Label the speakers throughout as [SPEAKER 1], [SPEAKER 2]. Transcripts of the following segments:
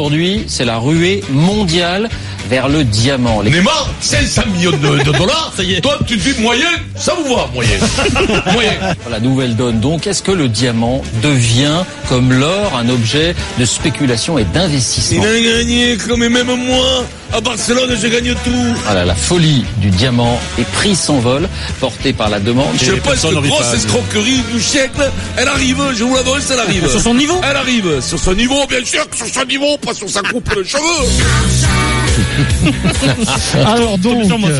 [SPEAKER 1] aujourd'hui, c'est la ruée mondiale vers le diamant.
[SPEAKER 2] Neymar, 500 millions de dollars, ça y est. Toi, tu te dis moyen, ça vous va, moyen. Moyen.
[SPEAKER 1] La nouvelle donne donc, est-ce que le diamant devient, comme l'or, un objet de spéculation et d'investissement?
[SPEAKER 2] Il a gagné, comme même moi. À Barcelone, je gagne tout.
[SPEAKER 1] Voilà, la folie du diamant et prix s'envole, portée par la demande.
[SPEAKER 2] Je pense que grosse escroquerie du siècle, elle arrive, je vous l'annonce, elle arrive.
[SPEAKER 3] Sur son niveau?
[SPEAKER 2] Elle arrive, sur son niveau, bien sûr, sur son niveau, pas sur sa coupe de cheveux.
[SPEAKER 4] Alors donc,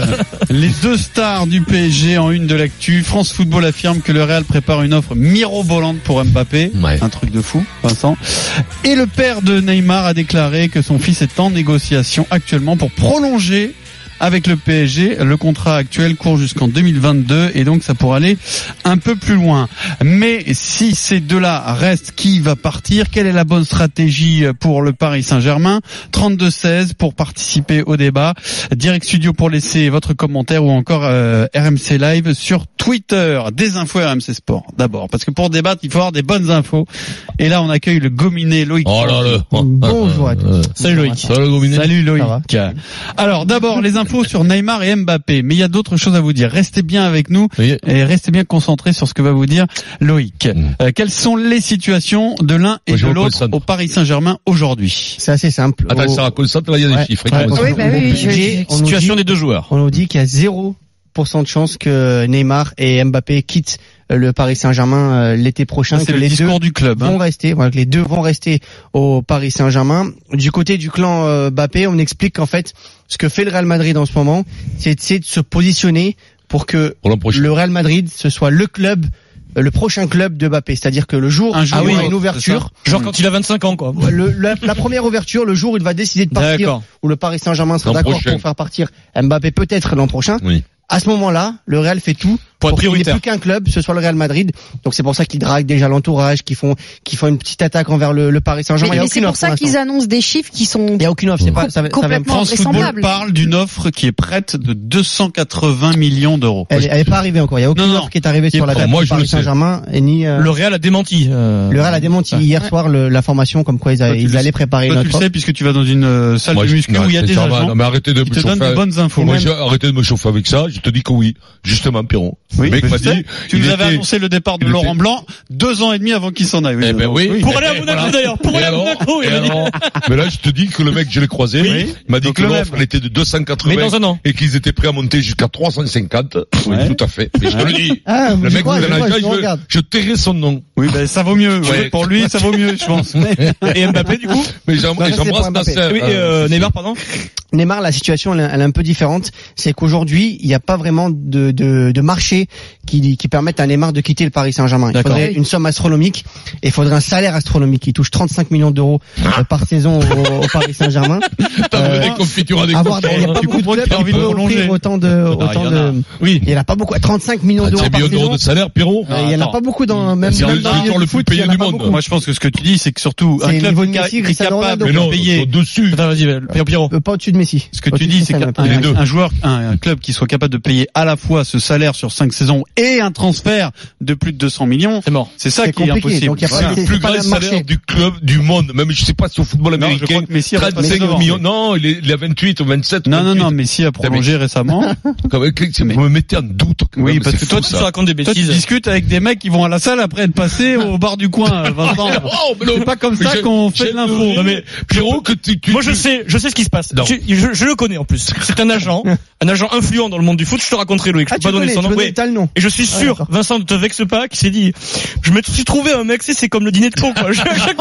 [SPEAKER 4] les deux stars du PSG en une de l'actu. France Football affirme que le Real prépare une offre mirobolante pour Mbappé.
[SPEAKER 2] Ouais.
[SPEAKER 4] Un truc de fou, Vincent. Et le père de Neymar a déclaré que son fils est en négociation actuellement pour prolonger avec le PSG. Le contrat actuel court jusqu'en 2022 et donc ça pourrait aller un peu plus loin. Mais si ces deux-là restent, qui va partir? Quelle est la bonne stratégie pour le Paris Saint-Germain? 32-16 pour participer au débat. Direct Studio pour laisser votre commentaire ou encore RMC Live sur Twitter. Des infos RMC Sport d'abord, parce que pour débattre il faut avoir des bonnes infos. Et là on accueille le gominé Loïc.
[SPEAKER 2] Oh là là.
[SPEAKER 5] Bonjour à tous.
[SPEAKER 3] Salut Loïc.
[SPEAKER 4] Salut Loïc. Alors d'abord les infos sur Neymar et Mbappé, mais il y a d'autres choses à vous dire. Restez bien avec nous et restez bien concentrés sur ce que va vous dire Loïc. Quelles sont les situations de l'un et de l'autre au Paris Saint-Germain aujourd'hui?
[SPEAKER 5] C'est assez simple.
[SPEAKER 2] Attends, ça concentre, là il y a des chiffres.
[SPEAKER 3] Situation des deux joueurs.
[SPEAKER 5] On nous dit qu'il y a 0% de chance que Neymar et Mbappé quittent le Paris Saint-Germain l'été prochain.
[SPEAKER 4] C'est
[SPEAKER 5] que
[SPEAKER 4] le
[SPEAKER 5] les
[SPEAKER 4] discours du club.
[SPEAKER 5] Vont rester. Voilà, que les deux vont rester au Paris Saint-Germain. Du côté du clan Mbappé, on explique qu'en fait, ce que fait le Real Madrid en ce moment, c'est d'essayer de se positionner pour que le Real Madrid, ce soit le club, le prochain club de Mbappé. C'est-à-dire que le jour où il y aura une ouverture,
[SPEAKER 3] genre quand il a 25 ans, quoi.
[SPEAKER 5] La première ouverture, le jour où il va décider de partir, où le Paris Saint-Germain sera d'accord pour faire partir Mbappé peut-être l'an prochain.
[SPEAKER 2] Oui.
[SPEAKER 5] À ce moment-là, le Real fait tout pour qu'il n'y ait plus qu'un club, ce soit le Real Madrid. Donc c'est pour ça qu'ils draguent déjà l'entourage, qu'ils font une petite attaque envers le Paris Saint-Germain.
[SPEAKER 6] Mais c'est pour ça qu'ils annoncent des chiffres qui sont.
[SPEAKER 5] Il y a aucune offre, c'est pas ça.
[SPEAKER 6] Complètement
[SPEAKER 4] France Football parle d'une offre qui est prête de 280 millions d'euros.
[SPEAKER 5] Elle est pas arrivée encore. Il y a aucune offre qui est arrivée sur la table du Paris Saint-Germain et ni.
[SPEAKER 3] Le Real a démenti.
[SPEAKER 5] Le Real a démenti hier soir l'information comme quoi ils allaient préparer une offre.
[SPEAKER 4] Tu le sais puisque tu vas dans une salle de muscu où il y a des agents.
[SPEAKER 2] Non mais arrêtez de me
[SPEAKER 4] chauffer. Te donnent des bonnes infos.
[SPEAKER 2] Moi arrêtez de me chauffer avec ça. Je te dis que oui. Justement, Pierrot.
[SPEAKER 4] Oui,
[SPEAKER 2] le mec m'a dit.
[SPEAKER 4] Tu nous avais annoncé le départ de Laurent Blanc 2 ans et demi avant qu'il s'en aille.
[SPEAKER 2] Eh ben oui.
[SPEAKER 3] Pour aller à Monaco d'ailleurs. Pour aller à Monaco.
[SPEAKER 2] Mais là, je te dis que le mec, je l'ai croisé. Il m'a dit que l'offre, elle était de 280.
[SPEAKER 3] Mais dans un an.
[SPEAKER 2] Et qu'ils étaient prêts à monter jusqu'à 350. Oui, tout à fait. Mais je te le dis.
[SPEAKER 5] Le
[SPEAKER 2] mec, je tairai son nom.
[SPEAKER 4] Oui, ben, ça vaut mieux. Pour lui, ça vaut mieux, je pense.
[SPEAKER 3] Et Mbappé, du coup?
[SPEAKER 2] Mais j'embrasse Nasser.
[SPEAKER 3] Neymar, pardon?
[SPEAKER 5] Neymar, la situation elle est un peu différente. C'est qu'aujourd'hui, il n'y a pas vraiment de marché qui permette à Neymar de quitter le Paris Saint-Germain. Il faudrait une somme astronomique et il faudrait un salaire astronomique. Il touche 35 millions d'euro par saison au Paris Saint-Germain.
[SPEAKER 2] T'as des confitures à des copains.
[SPEAKER 5] Il n'y a pas beaucoup de clubs qui peuvent offrir autant de.
[SPEAKER 4] Oui.
[SPEAKER 5] Il n'y en a pas beaucoup. 35 millions d'euros par saison.
[SPEAKER 2] De salaire, Pierrot.
[SPEAKER 5] Il n'y en a pas beaucoup dans même
[SPEAKER 2] dans le foot. Il y en a pas beaucoup.
[SPEAKER 4] Moi, je pense que ce que tu dis, c'est que surtout un club qui est capable de payer.
[SPEAKER 2] Dessus.
[SPEAKER 3] Attends, vas-y, Pierrot.
[SPEAKER 5] Pas au-dessus de Messi.
[SPEAKER 4] Ce que tu dis, c'est qu'un club qui soit capable de payer à la fois ce salaire sur 5 saisons et un transfert de plus de 200 millions,
[SPEAKER 3] c'est mort.
[SPEAKER 4] C'est ça qui est impossible.
[SPEAKER 2] C'est le plus grand salaire du club du monde. Même je sais pas si au football américain.
[SPEAKER 4] 35
[SPEAKER 2] millions. Non, il a 28 ou 27.
[SPEAKER 4] Non, Messi a prolongé récemment.
[SPEAKER 2] Vous me mettez en doute.
[SPEAKER 4] Oui, parce que toi, tu
[SPEAKER 3] racontes des bêtises.
[SPEAKER 4] Toi, tu discutes avec des mecs qui vont à la salle après être passés au bar du coin, Vincent. C'est pas comme ça qu'on fait de l'info.
[SPEAKER 2] Mais Pierrot,
[SPEAKER 3] moi je sais ce qui se passe. Je le connais en plus. C'est un agent influent dans le monde du foot. Je te raconterai, Loïc. Je peux pas donner son nom. Et je suis sûr, Vincent, ne te vexe pas, qui s'est dit, je me suis trouvé un mec, c'est comme le dîner de con, quoi. À chaque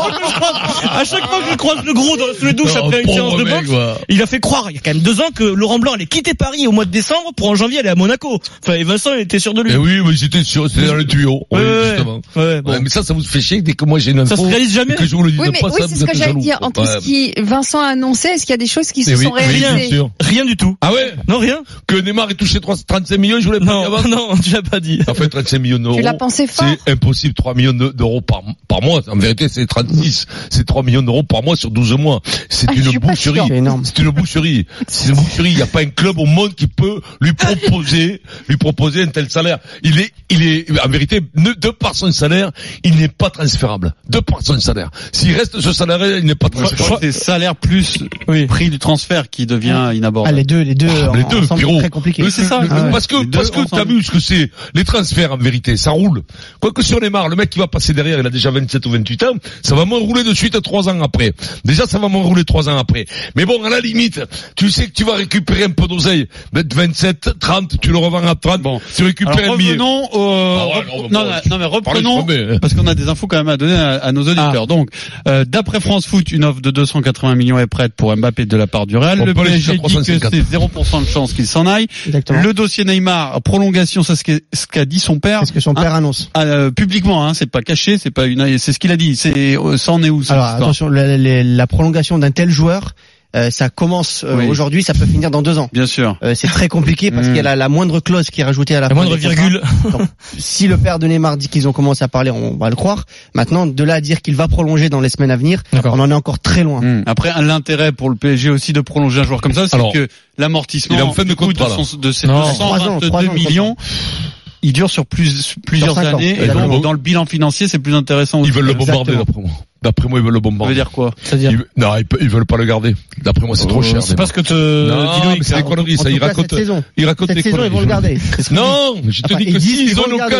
[SPEAKER 3] fois que je croise le gros sous les douches après une séance de boxe, il a fait croire, il y a quand même 2 ans, que Laurent Blanc allait quitter Paris au mois de décembre pour en janvier aller à Monaco. Enfin, et Vincent était sûr de lui.
[SPEAKER 2] Mais oui, mais j'étais sûr, c'était dans le tuyau. Justement. Mais ça vous fait chier dès que moi j'ai une info.
[SPEAKER 3] Ça se réalise jamais.
[SPEAKER 2] Que je vous le dis pas,
[SPEAKER 6] oui, c'est ce que j'allais dire. Entre ce qui Vincent a annoncé, est-ce qu'il y a des choses qui se sont réalisées?
[SPEAKER 3] Rien du tout.
[SPEAKER 2] Ah ouais?
[SPEAKER 3] Non, rien.
[SPEAKER 2] Que Neymar ait touché 35 millions, je voulais pas dire avant.
[SPEAKER 3] Non, tu l'as pas dit.
[SPEAKER 2] En fait, 35 millions d'euros.
[SPEAKER 6] Tu l'as pensé fort.
[SPEAKER 2] C'est impossible, 3 millions d'euros par par mois. En vérité, c'est 36. C'est 3 millions d'euros par mois sur 12 mois. C'est une boucherie. C'est une boucherie. C'est une boucherie. Il n'y a pas un club au monde qui peut lui proposer un tel salaire. Il est, en vérité, de par son salaire, il n'est pas transférable. De par son salaire. S'il reste ce salaire, il n'est pas transférable.
[SPEAKER 4] C'est salaire plus prix du transfert qui devient inabordable.
[SPEAKER 5] Les deux,
[SPEAKER 2] Pierrot.
[SPEAKER 5] très compliqué.
[SPEAKER 2] C'est ça. Parce que t'as vu ce que c'est. Les transferts, en vérité, ça roule. Quoique sur Neymar, le mec qui va passer derrière, il a déjà 27 ou 28 ans, ça va moins rouler de suite 3 ans après. Déjà, ça va moins rouler 3 ans après. Mais bon, à la limite, tu sais que tu vas récupérer un peu d'oseille. 27, 30, tu le revends à 30, tu récupères un billet.
[SPEAKER 4] Reprenons, parce qu'on a des infos quand même à donner à nos auditeurs. Donc, d'après France Foot, une offre de 280 millions est prête pour Mbappé de la part du Real. Le PSG dit que c'est 0% de chance qu'il s'en aille.
[SPEAKER 5] Exactement.
[SPEAKER 4] Le dossier Neymar, prolongation, c'est ce qu'a dit son père.
[SPEAKER 5] C'est ce que son père annonce.
[SPEAKER 4] Publiquement, c'est pas caché, c'est ce qu'il a dit. Ça en est où, cette
[SPEAKER 5] histoire?
[SPEAKER 4] Attention,
[SPEAKER 5] la prolongation d'un tel joueur, ça commence aujourd'hui, ça peut finir dans 2 ans.
[SPEAKER 4] Bien sûr.
[SPEAKER 5] C'est très compliqué parce qu'il y a la moindre clause qui est rajoutée à la fin.
[SPEAKER 3] La moindre virgule.
[SPEAKER 5] Donc, si le père de Neymar dit qu'ils ont commencé à parler, on va le croire. Maintenant, de là à dire qu'il va prolonger dans les semaines à venir, on en est encore très loin.
[SPEAKER 4] Après, l'intérêt pour le PSG aussi de prolonger un joueur comme ça, c'est que l'amortissement
[SPEAKER 2] il est en fin de contrat,
[SPEAKER 4] de ces 122 millions. Il dure sur plusieurs années, et donc dans le bilan financier, c'est plus intéressant.
[SPEAKER 2] Ils veulent le bombarder, d'après moi. D'après moi, ils veulent le bombarder.
[SPEAKER 4] Ça veut dire quoi?
[SPEAKER 2] Ils veulent pas le garder. D'après moi, c'est trop cher.
[SPEAKER 3] C'est parce que
[SPEAKER 2] non, mais c'est des conneries, ça. Ils racontent des conneries.
[SPEAKER 5] Ils vont le garder.
[SPEAKER 2] Non, je te dis que s'ils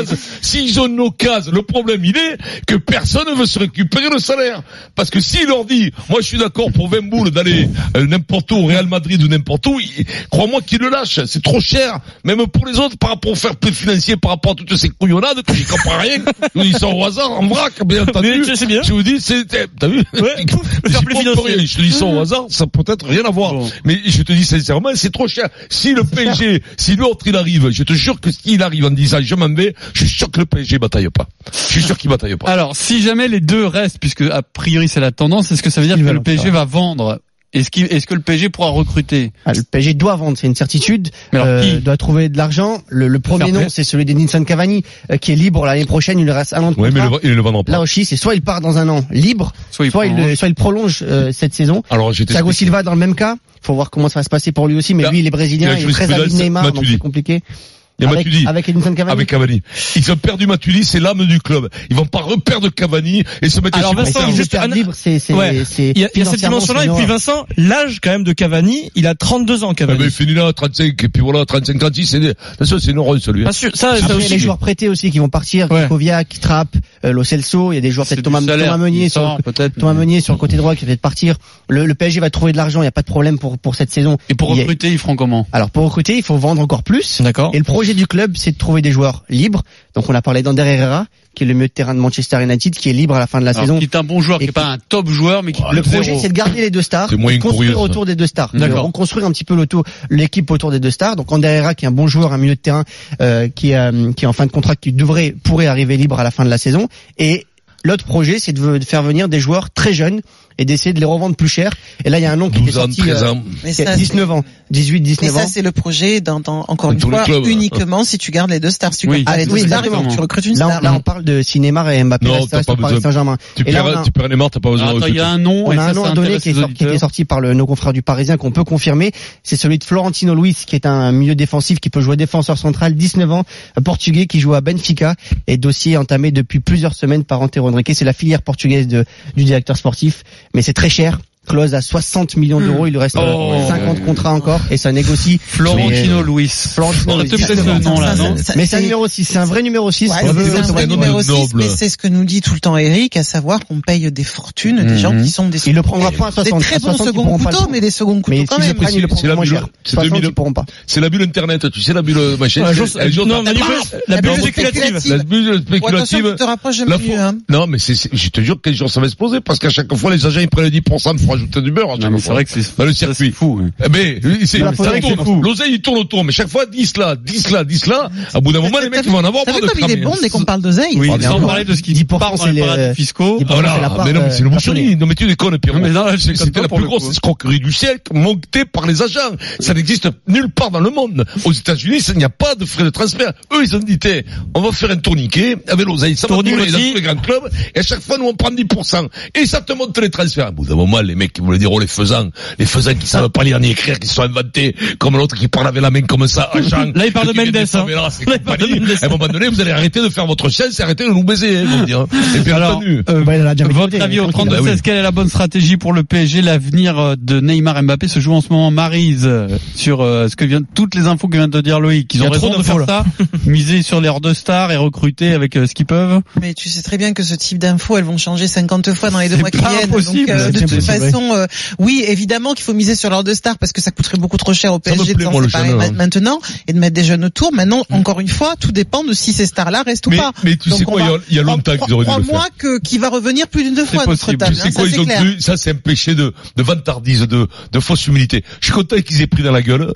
[SPEAKER 2] ont une occasion, le problème, il est que personne ne veut se récupérer le salaire. Parce que s'il leur dit, moi, je suis d'accord pour 20 boules d'aller n'importe où, au Real Madrid ou n'importe où, crois-moi qu'ils le lâchent. C'est trop cher. Même pour les autres, par rapport au fair play financier, par rapport à toutes ces couillonnades, que j'y comprends rien. Ils sont au hasard, en vrac, bien entendu. Je vous dis, t'as vu?
[SPEAKER 3] Ouais,
[SPEAKER 2] je te dis ça au hasard, ça peut être rien à voir. Bon. Mais je te dis sincèrement, c'est trop cher. Si le PSG, si l'autre il arrive, je te jure que s'il arrive en disant je m'en vais, je suis sûr que le PSG bataille pas. Je suis sûr qu'il bataille pas.
[SPEAKER 4] Alors, si jamais les deux restent, puisque a priori c'est la tendance, est-ce que ça veut dire que le PSG va vendre? Est-ce que le PSG pourra recruter?
[SPEAKER 5] Le PSG doit vendre, c'est une certitude. Doit trouver de l'argent. Le premier nom, c'est celui d'Edinson Cavani, qui est libre l'année prochaine. Il lui reste 1 an de contrat.
[SPEAKER 2] Oui, mais il le vendra pas.
[SPEAKER 5] Là aussi, c'est soit il part dans 1 an libre, soit il prolonge cette saison.
[SPEAKER 2] Alors,
[SPEAKER 5] Thiago Silva dans le même cas. Faut voir comment ça va se passer pour lui aussi. Mais lui, il est brésilien, il est très ami de Neymar, donc c'est compliqué.
[SPEAKER 2] Il y a Matuidi.
[SPEAKER 5] Avec Edinson Cavani.
[SPEAKER 2] Avec Cavani. Ils ont perdu Matuidi, c'est l'âme du club. Ils vont pas reperdre Cavani et se mettre.
[SPEAKER 3] Alors Vincent, juste libre, il y a cette dimension-là. Et puis Vincent, l'âge quand même de Cavani, il a 32 ans Cavani.
[SPEAKER 2] Il finit là 35 et puis voilà 35 36. C'est une horreur celui.
[SPEAKER 3] Bien sûr, ça
[SPEAKER 5] aussi. Les joueurs prêtés aussi qui vont partir, Koviak, Trapp, Lo Celso. Il y a des joueurs peut-être Thomas Meunier sur le côté droit qui va peut-être partir. Le PSG va trouver de l'argent. Il y a pas de problème pour cette saison.
[SPEAKER 4] Et pour recruter, ils feront comment?
[SPEAKER 5] Alors pour recruter, il faut vendre encore plus.
[SPEAKER 3] D'accord.
[SPEAKER 5] Et le projet du club, c'est de trouver des joueurs libres. Donc on a parlé d'Ander Herrera, qui est le milieu de terrain de Manchester United, qui est libre à la fin de la saison.
[SPEAKER 4] Qui est un bon joueur, qui est pas un top joueur, mais qui
[SPEAKER 5] le projet, c'est de garder les 2 stars, de construire autour des 2 stars, de reconstruire un petit peu l'équipe autour des 2 stars. Donc Ander Herrera, qui est un bon joueur, un milieu de terrain, qui est en fin de contrat, qui pourrait arriver libre à la fin de la saison. Et l'autre projet, c'est de faire venir des joueurs très jeunes et d'essayer de les revendre plus cher. Et là, il y a un nom qui est sorti, 19 ans, 18, 19 ans.
[SPEAKER 7] Et ça, c'est le projet encore une fois, uniquement si tu gardes les 2 stars. Si tu gardes les 2 stars, tu recrutes une star.
[SPEAKER 5] Là, on parle de si Neymar et Mbappé restent au Paris Saint-Germain.
[SPEAKER 2] Tu perds Neymar, t'as pas besoin de recruter.
[SPEAKER 4] Il y a un nom,
[SPEAKER 5] on a un nom à donner qui est sorti par nos confrères du Parisien qu'on peut confirmer. C'est celui de Florentino Luis, qui est un milieu défensif qui peut jouer défenseur central, 19 ans, portugais, qui joue à Benfica, et dossier entamé depuis plusieurs semaines par Antero Henrique. C'est la filière portugaise du directeur sportif. Mais c'est très cher. Clause à 60 millions d'euros, il lui reste 50 contrats encore et ça négocie.
[SPEAKER 4] Florentino Luis.
[SPEAKER 5] Mais c'est un numéro 6, c'est un vrai numéro 6.
[SPEAKER 7] C'est un vrai numéro 6, mais c'est ce que nous dit tout le temps Eric, à savoir qu'on paye des fortunes, des gens qui sont des...
[SPEAKER 5] Il le prendra pas à 60.
[SPEAKER 7] Des très bons seconds couteaux, mais des seconds couteaux quand même.
[SPEAKER 5] Mais s'ils le prennent moins cher. 60, ils pourront pas.
[SPEAKER 2] C'est la bulle internet, tu sais, la bulle machin.
[SPEAKER 3] Non, la bulle spéculative.
[SPEAKER 2] La bulle spéculative.
[SPEAKER 7] Tu te rapproches jamais du,
[SPEAKER 2] Non, mais je te jure quel jour ça va se poser parce qu'à chaque fois les agents ils prennent 10% pour rajouter du beurre.
[SPEAKER 4] C'est vrai que c'est
[SPEAKER 2] le circuit
[SPEAKER 4] fou.
[SPEAKER 2] Mais c'est vrai que l'oseille il tourne autour, mais chaque fois 10 là. À bout d'un moment, les mecs ils vont en avoir marre de cramer.
[SPEAKER 7] Il est bon dès qu'on parle d'oseille.
[SPEAKER 4] Oui, sans parler de ce qui part dans les paradis fiscaux.
[SPEAKER 2] Mais non, mais c'est le Mussolini. Non, mais tu déconnes, Pierrot. C'était la plus grosse escroquerie du siècle, montée par les agents. Ça n'existe nulle part dans le monde. Aux États-Unis, il n'y a pas de frais de transfert. Eux, ils ont dit, on va faire un tourniquet avec l'oseille. Ça va tourner dans tous les grands clubs. Et à chaque fois, nous, on prend 10%. Et ça te monte les transferts. À bout d'un moment, les mecs qui voulaient dire, les faisans qui savent pas lire ni écrire, qui se sont inventés, comme l'autre qui parle avec la main comme ça, agent.
[SPEAKER 3] Là, il parle de Mendes, hein.
[SPEAKER 2] À un moment donné, vous allez arrêter de faire votre chaise et arrêter de nous baiser, vous dire. Et bien entendu.
[SPEAKER 4] Votre avis au 32-16, quelle est la bonne stratégie pour le PSG? L'avenir de Neymar Mbappé se joue en ce moment, Maryse, sur toutes les infos que vient de dire Loïc. Ils ont raison de faire ça, miser sur l'air de stars et recruter avec ce qu'ils peuvent.
[SPEAKER 7] Mais tu sais très bien que ce type d'infos, elles vont changer 50 fois dans les 2 mois qui viennent.
[SPEAKER 4] Impossible.
[SPEAKER 7] Donc, de toute façon, oui, évidemment qu'il faut miser sur l'air de stars parce que ça coûterait beaucoup trop cher au PSG de s'en séparer maintenant et de mettre des jeunes autour. Maintenant, encore une fois, tout dépend de si ces stars-là restent ou pas.
[SPEAKER 2] Mais tu sais quoi, il y a longtemps qu'ils auraient dû le faire.
[SPEAKER 7] Crois-moi qu'il va revenir plus d'une fois à notre table.
[SPEAKER 2] Tu sais quoi, ils ont cru, ça c'est un péché de vantardise, de fausse humilité. Je suis content qu'ils aient pris dans la gueule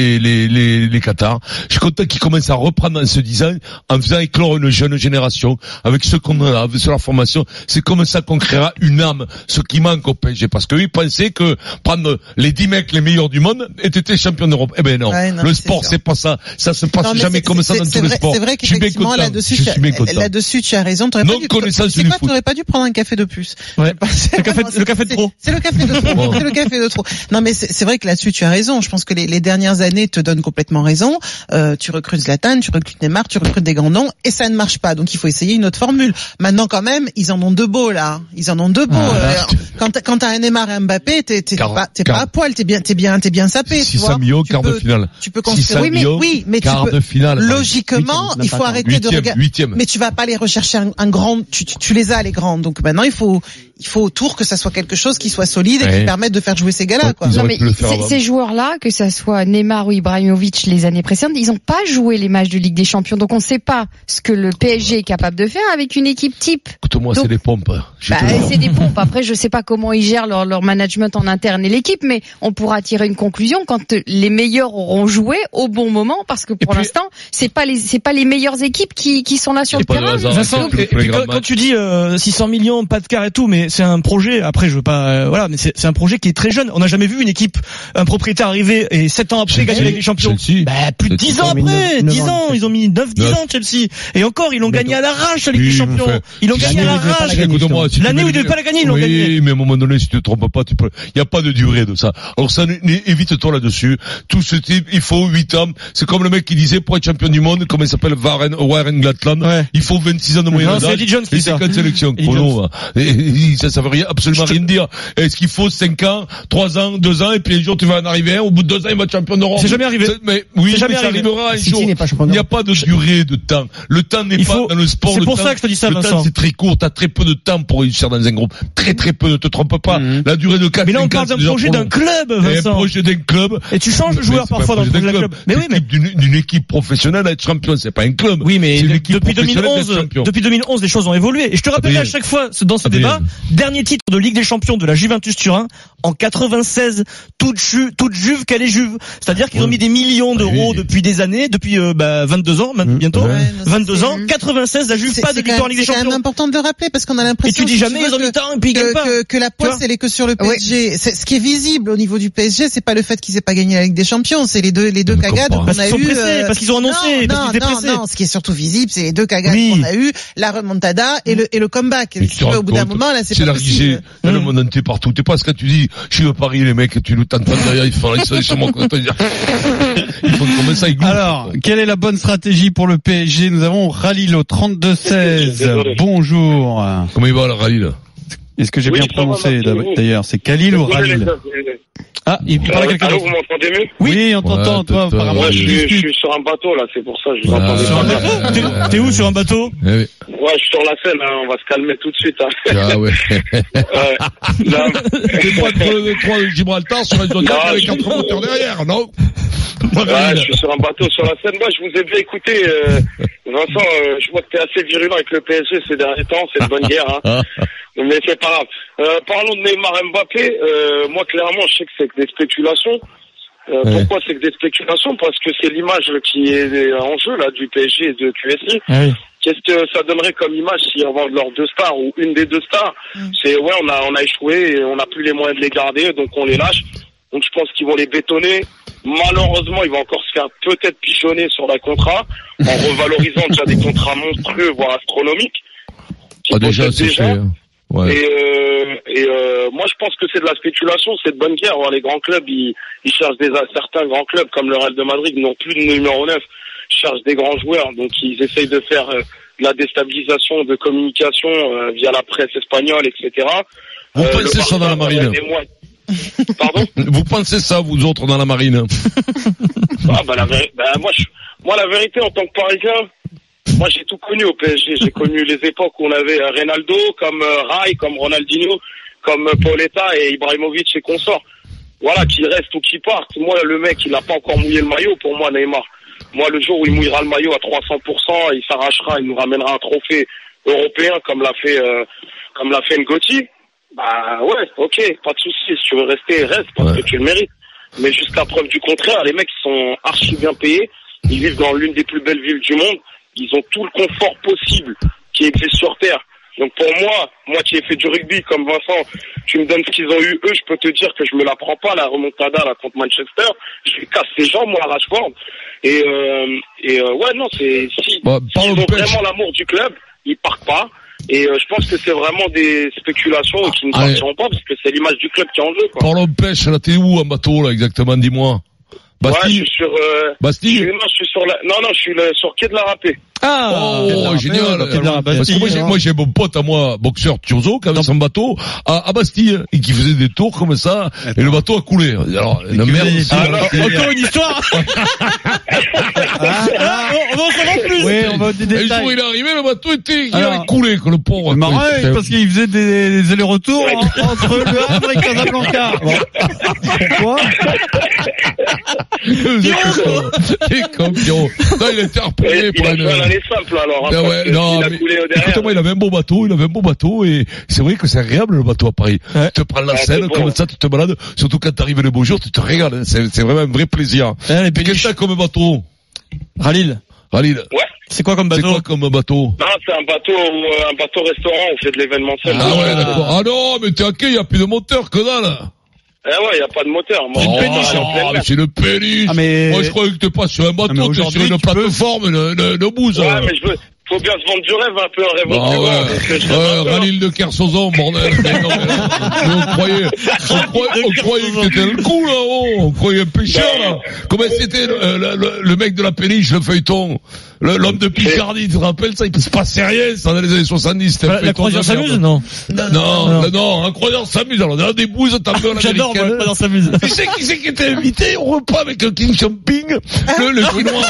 [SPEAKER 2] les Qatars. Je suis content qu'ils commencent à reprendre en se disant, en faisant éclore une jeune génération avec ce qu'on a, avec leur formation. C'est comme ça qu'on créera une âme, ce qui manque au PSG. Parce qu'eux, ils pensaient que prendre les 10 mecs les meilleurs du monde étaient champions d'Europe. Eh ben non. Le sport, c'est pas ça. Ça se passe jamais comme ça dans tous les sports.
[SPEAKER 7] C'est vrai qu'effectivement, là-dessus, tu as raison. T'aurais pas dû prendre un café de plus.
[SPEAKER 3] Ouais. Le café de trop.
[SPEAKER 7] C'est le café de trop. C'est le café de trop. Non, mais c'est vrai que là-dessus, tu as raison. Je pense que les dernières années te donnent complètement raison. Tu recrutes Zlatan, tu recrutes Neymar, tu recrutes des grands noms, et ça ne marche pas. Donc il faut essayer une autre formule. Maintenant, quand même, ils en ont 2 beaux, là. Ils en ont 2 beaux. Quand t'as un Neymar et un Mbappé, t'es pas à poil, t'es bien sapé.
[SPEAKER 2] 600 millions, quart de finale.
[SPEAKER 7] Tu peux construire. Oui, mais
[SPEAKER 2] quart de finale.
[SPEAKER 7] Logiquement, il faut arrêter de regarder. Mais tu vas pas aller rechercher un grand, tu les as, les grands. Donc maintenant, il faut autour que ça soit quelque chose qui soit solide et qui permette de faire jouer ces gars-là, quoi.
[SPEAKER 6] Non, mais ces joueurs-là, que ça soit Neymar ou Ibrahimovic les années précédentes, ils ont pas joué les matchs de Ligue des Champions. Donc on sait pas ce que le PSG est capable de faire avec une équipe type.
[SPEAKER 2] Écoute-moi, c'est des pompes.
[SPEAKER 6] C'est des pompes. Après, je sais pas comment ils gèrent leur management en interne et l'équipe, mais on pourra tirer une conclusion quand les meilleurs auront joué au bon moment, parce que pour l'instant, c'est pas les meilleures équipes qui sont là sur le terrain.
[SPEAKER 3] Vincent, quand tu dis 600 millions, pas de quart et tout, mais c'est un projet. Après, je veux pas, mais c'est un projet qui est très jeune. On n'a jamais vu une équipe, un propriétaire arriver et 7 ans après gagner avec les champions. Plus de 10 ans après, 10 ans, ils ont mis 9-10 ans Chelsea. Et encore, ils l'ont gagné à l'arrache avec les champions. Ils l'ont gagné à l'arrache. L'année où ils devaient pas la gagner, ils l'ont gagné.
[SPEAKER 2] Oui, mais à un moment donné, si tu te trompes pas, il n'y a pas de durée de ça. Alors ça, évite-toi là-dessus. Tout ce type, il faut 8 ans. C'est comme le mec qui disait, pour être champion du monde, comment il s'appelle, Warren Gatland, il faut 26 ans de moyenne d'âge. Et 50 sélections. Ça veut absolument rien dire. Est-ce qu'il faut 5 ans, 3 ans, 2 ans, et puis un jour tu vas en arriver, au bout de 2 ans il va être champion d'Europe?
[SPEAKER 3] C'est jamais arrivé.
[SPEAKER 2] Mais oui, ça arrivera un jour. Il n'y a pas de durée de temps. Le temps n'est pas dans le sport.
[SPEAKER 3] C'est pour ça que je te dis ça, Vincent.
[SPEAKER 2] Le temps c'est très court, t'as très peu de temps pour réussir dans un groupe. Très peu, ne te trompe pas. La durée de 4 ans.
[SPEAKER 3] Mais là on parle d'un projet d'un club, Vincent.
[SPEAKER 2] Un projet d'un club.
[SPEAKER 3] Et tu changes de joueur parfois dans le projet d'un club.
[SPEAKER 2] Mais oui, mais d'une équipe professionnelle à être champion, c'est pas un club.
[SPEAKER 3] Oui, mais depuis 2011, les choses ont évolué. Et je te rappelle à chaque fois, dans ce débat, dernier titre de Ligue des Champions de la Juventus Turin en 96, toute Juve qu'elle est Juve. C'est-à-dire qu'ils ont mis des millions d'euros depuis des années, depuis 22 ans bientôt, 22 ans, 96 la Juve pas de victoire en Ligue des Champions.
[SPEAKER 7] C'est quand même important de le rappeler parce qu'on a l'impression
[SPEAKER 3] et tu dis jamais ils ont mis temps et puis ils gagnent pas.
[SPEAKER 7] Que la poisse elle est que sur le PSG. Ce qui est visible au niveau du PSG, c'est pas le fait qu'ils aient pas gagné la Ligue des Champions, c'est les deux cagades qu'on a eu
[SPEAKER 3] parce qu'ils ont annoncé,
[SPEAKER 7] non, ce qui est surtout visible, c'est les 2 cagades qu'on a eu, la remontada et le comeback. Au bout d'un moment là, c'est pas possible.
[SPEAKER 2] Dans le monde entier partout. T'es pas ce que tu dis, je suis à Paris, les mecs, tu nous t'entends derrière, ils font sûrement quoi te dire. Ils font comme ça, ils glouent.
[SPEAKER 4] Alors, quelle est la bonne stratégie pour le PSG? Nous avons Khalil au 32-16. Bonjour.
[SPEAKER 2] Comment il va, le Khalil?
[SPEAKER 4] Est-ce que j'ai bien prononcé d'ailleurs? C'est Khalil ou Khalil? Ah, il parle à quelqu'un d'autre.
[SPEAKER 8] Vous m'entendez mieux?
[SPEAKER 4] Oui, on t'entend, toi, apparemment.
[SPEAKER 8] Ouais, je suis sur un bateau, là, c'est pour ça, je vous entendais pas bien.
[SPEAKER 3] T'es où sur un bateau?
[SPEAKER 8] Ouais, je suis sur la Seine, hein, on va se calmer tout de suite, hein.
[SPEAKER 2] Ah ouais. T'es pas de Gibraltar sur un dossier avec 4 moteurs derrière, non?
[SPEAKER 8] Ouais, je suis sur un bateau sur la Seine. Moi, je vous ai bien écouté, Vincent, je vois que t'es assez virulent avec le PSG ces derniers temps, c'est une bonne guerre, hein. Mais c'est pas grave. Parlons de Neymar Mbappé. Moi, clairement, je sais que c'est que des spéculations. Pourquoi c'est que des spéculations? Parce que c'est l'image qui est en jeu là du PSG et de QSI.
[SPEAKER 3] Oui.
[SPEAKER 8] Qu'est-ce que ça donnerait comme image si on vend leurs deux stars ou une des deux stars? C'est on a échoué et on n'a plus les moyens de les garder, donc on les lâche. Donc je pense qu'ils vont les bétonner. Malheureusement, il va encore se faire peut-être pigeonner sur la contrat en revalorisant déjà des contrats monstrueux, voire astronomiques.
[SPEAKER 2] Déjà, c'est fait. Ouais.
[SPEAKER 8] Et moi, je pense que c'est de la spéculation, c'est de bonne guerre. Les grands clubs, ils cherchent certains grands clubs comme le Real de Madrid n'ont plus de numéro 9, cherchent des grands joueurs, donc ils essayent de faire de la déstabilisation de communication via la presse espagnole, etc.
[SPEAKER 2] Vous pensez ça dans la marine?
[SPEAKER 8] Pardon?
[SPEAKER 2] Vous pensez ça, vous autres, dans la marine?
[SPEAKER 8] Moi, la vérité, en tant que Parisien, moi, j'ai tout connu au PSG. J'ai connu les époques où on avait Ronaldo, comme Rai, comme Ronaldinho, comme Paoletta et Ibrahimovic et consorts. Voilà, qui restent ou qui partent. Moi, le mec, il n'a pas encore mouillé le maillot, pour moi, Neymar. Moi, le jour où il mouillera le maillot à 300%, il s'arrachera, il nous ramènera un trophée européen comme l'a fait Ngoti. Bah ouais, ok, pas de souci. Si tu veux rester, reste parce que tu le mérites. Mais jusqu'à preuve du contraire, les mecs sont archi bien payés. Ils vivent dans l'une des plus belles villes du monde. Ils ont tout le confort possible qui existe sur Terre. Donc pour moi qui ai fait du rugby comme Vincent, tu me donnes ce qu'ils ont eu eux, je peux te dire que je me la prends pas la remontada là contre Manchester. Je casse les jambes moi à Rashford. Ouais non c'est si ils ont vraiment l'amour du club, ils partent pas. Et je pense que c'est vraiment des spéculations qui ne partiront pas parce que c'est l'image du club qui est en jeu.
[SPEAKER 2] Parlons pêche, là t'es où en bateau là exactement, dis-moi.
[SPEAKER 8] Bastille. Ouais, je suis sur
[SPEAKER 2] Bastille.
[SPEAKER 8] Je suis sur je suis sur quai de la Râpée.
[SPEAKER 2] Oh, génial. Parce que moi j'ai mon pote à moi, boxeur Turzo, qui avait son bateau à Bastille et qui faisait des tours comme ça et le bateau a coulé. Alors la merde.
[SPEAKER 3] Encore une histoire. On va en savoir plus.
[SPEAKER 4] Oui, on va des détails.
[SPEAKER 2] Le jour où il est arrivé, le bateau il avait coulé, que le pauvre.
[SPEAKER 4] C'est marrant, parce qu'il faisait des allers-retours entre Le Havre et Casablanca. Pourquoi?
[SPEAKER 2] C'est comme Pierrot. Non, il a été harponné pour
[SPEAKER 8] une simple alors.
[SPEAKER 2] Écoute-moi, il avait un beau bateau et c'est vrai que c'est agréable le bateau à Paris. Ouais. Tu te prends la Seine comme ça, tu te balades, surtout quand t'arrives les beaux jours, tu te régales. C'est vraiment un vrai plaisir.
[SPEAKER 3] Qu'est-ce
[SPEAKER 2] que t'as comme bateau?
[SPEAKER 3] Khalil.
[SPEAKER 8] Ouais.
[SPEAKER 3] C'est quoi comme bateau?
[SPEAKER 8] Non, c'est un bateau restaurant, on fait de l'événementiel.
[SPEAKER 2] Ah ouais, d'accord. Ah non, mais t'es à quai, il y a plus de moteur que dalle.
[SPEAKER 8] Ouais, y a pas de moteur.
[SPEAKER 2] C'est le péniche. Moi, je croyais que t'es pas sur un bateau, t'es sur une plateforme, le bouse.
[SPEAKER 8] Ouais, mais faut bien se vendre du rêve un peu, un rêve.
[SPEAKER 2] Khalil de Kersozon, bordel. On croyait que t'étais le coup, là-haut. On croyait un pêcheur, là. Comment c'était le mec de la péniche, le feuilleton? L'homme de Picardie, tu te rappelles ça? Il se passait rien, ça, dans les années 70.
[SPEAKER 3] La croisière s'amuse, non?
[SPEAKER 2] Non, un croisière s'amuse. Alors, dans des bouses, t'as peu
[SPEAKER 3] J'adore, le croisière s'amuse.
[SPEAKER 2] Tu sais qui c'est qui était invité au repas avec le King Champing? Le chinois.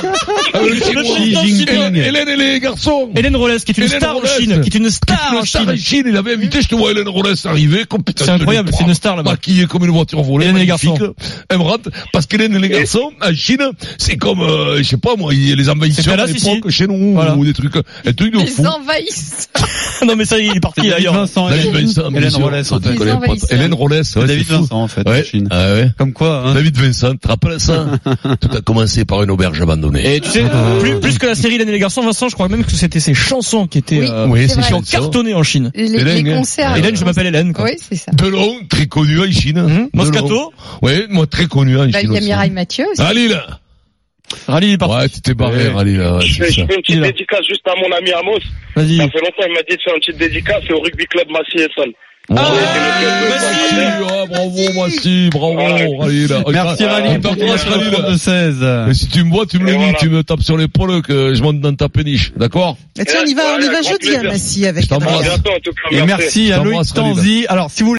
[SPEAKER 2] Hélène et les garçons.
[SPEAKER 3] Hélène Rollès, qui est une star en Chine.
[SPEAKER 2] Il avait invité, je te vois Hélène Rollès arriver,
[SPEAKER 3] c'est incroyable, c'est une star là-bas.
[SPEAKER 2] Maquillée comme une voiture volée.
[SPEAKER 3] Hélène et les garçons.
[SPEAKER 2] Elle me rate, parce qu'Hélène et les garçons, en Chine, c'est comme, je sais pas moi, les envahisseurs à l'époque, chez nous, ou des trucs, un truc de fou.
[SPEAKER 6] Les envahisseurs.
[SPEAKER 3] Non mais ça, il est parti ailleurs.
[SPEAKER 2] David Vincent,
[SPEAKER 4] Hélène Rollès, en fait.
[SPEAKER 2] Hélène Rollès,
[SPEAKER 4] David Vincent, en fait, en Chine. Comme quoi, hein.
[SPEAKER 2] David Vincent, tu te rappelles ça? Tout a commencé par une auberge abandonnée.
[SPEAKER 3] Et tu sais, plus que la série Hélène et les garçons, Vincent, je crois même que c'était ses chansons qui étaient, qui ont cartonné en Chine.
[SPEAKER 6] Les concerts.
[SPEAKER 3] Hélène, je m'appelle Hélène, quoi.
[SPEAKER 6] Oui, c'est ça.
[SPEAKER 2] Delon, très connu en Chine.
[SPEAKER 3] Moscato.
[SPEAKER 2] Oui, moi, très connu en Chine.
[SPEAKER 6] Il y a Mireille Mathieu aussi.
[SPEAKER 2] Rallye est parti. Ouais, tu t'es barré, Rallye, là.
[SPEAKER 8] Je fais une petite dédicace juste à mon ami Amos.
[SPEAKER 3] Vas-y.
[SPEAKER 8] Ça fait longtemps, il m'a dit de faire une petite dédicace au Rugby Club Massy-Essonne.
[SPEAKER 2] Bravo, Massy, bravo, Rallye, là.
[SPEAKER 4] Merci, Rallye, pour ton de 16.
[SPEAKER 2] Mais si tu me vois, tu me le dis, tu me tapes sur l'épaule que je monte dans ta péniche, d'accord?
[SPEAKER 7] Tiens, on y va jeudi à Massy avec.
[SPEAKER 2] Je t'embrasse.
[SPEAKER 8] À bientôt, en tout cas.
[SPEAKER 4] Et merci à Loïc Tanzi. Alors, si vous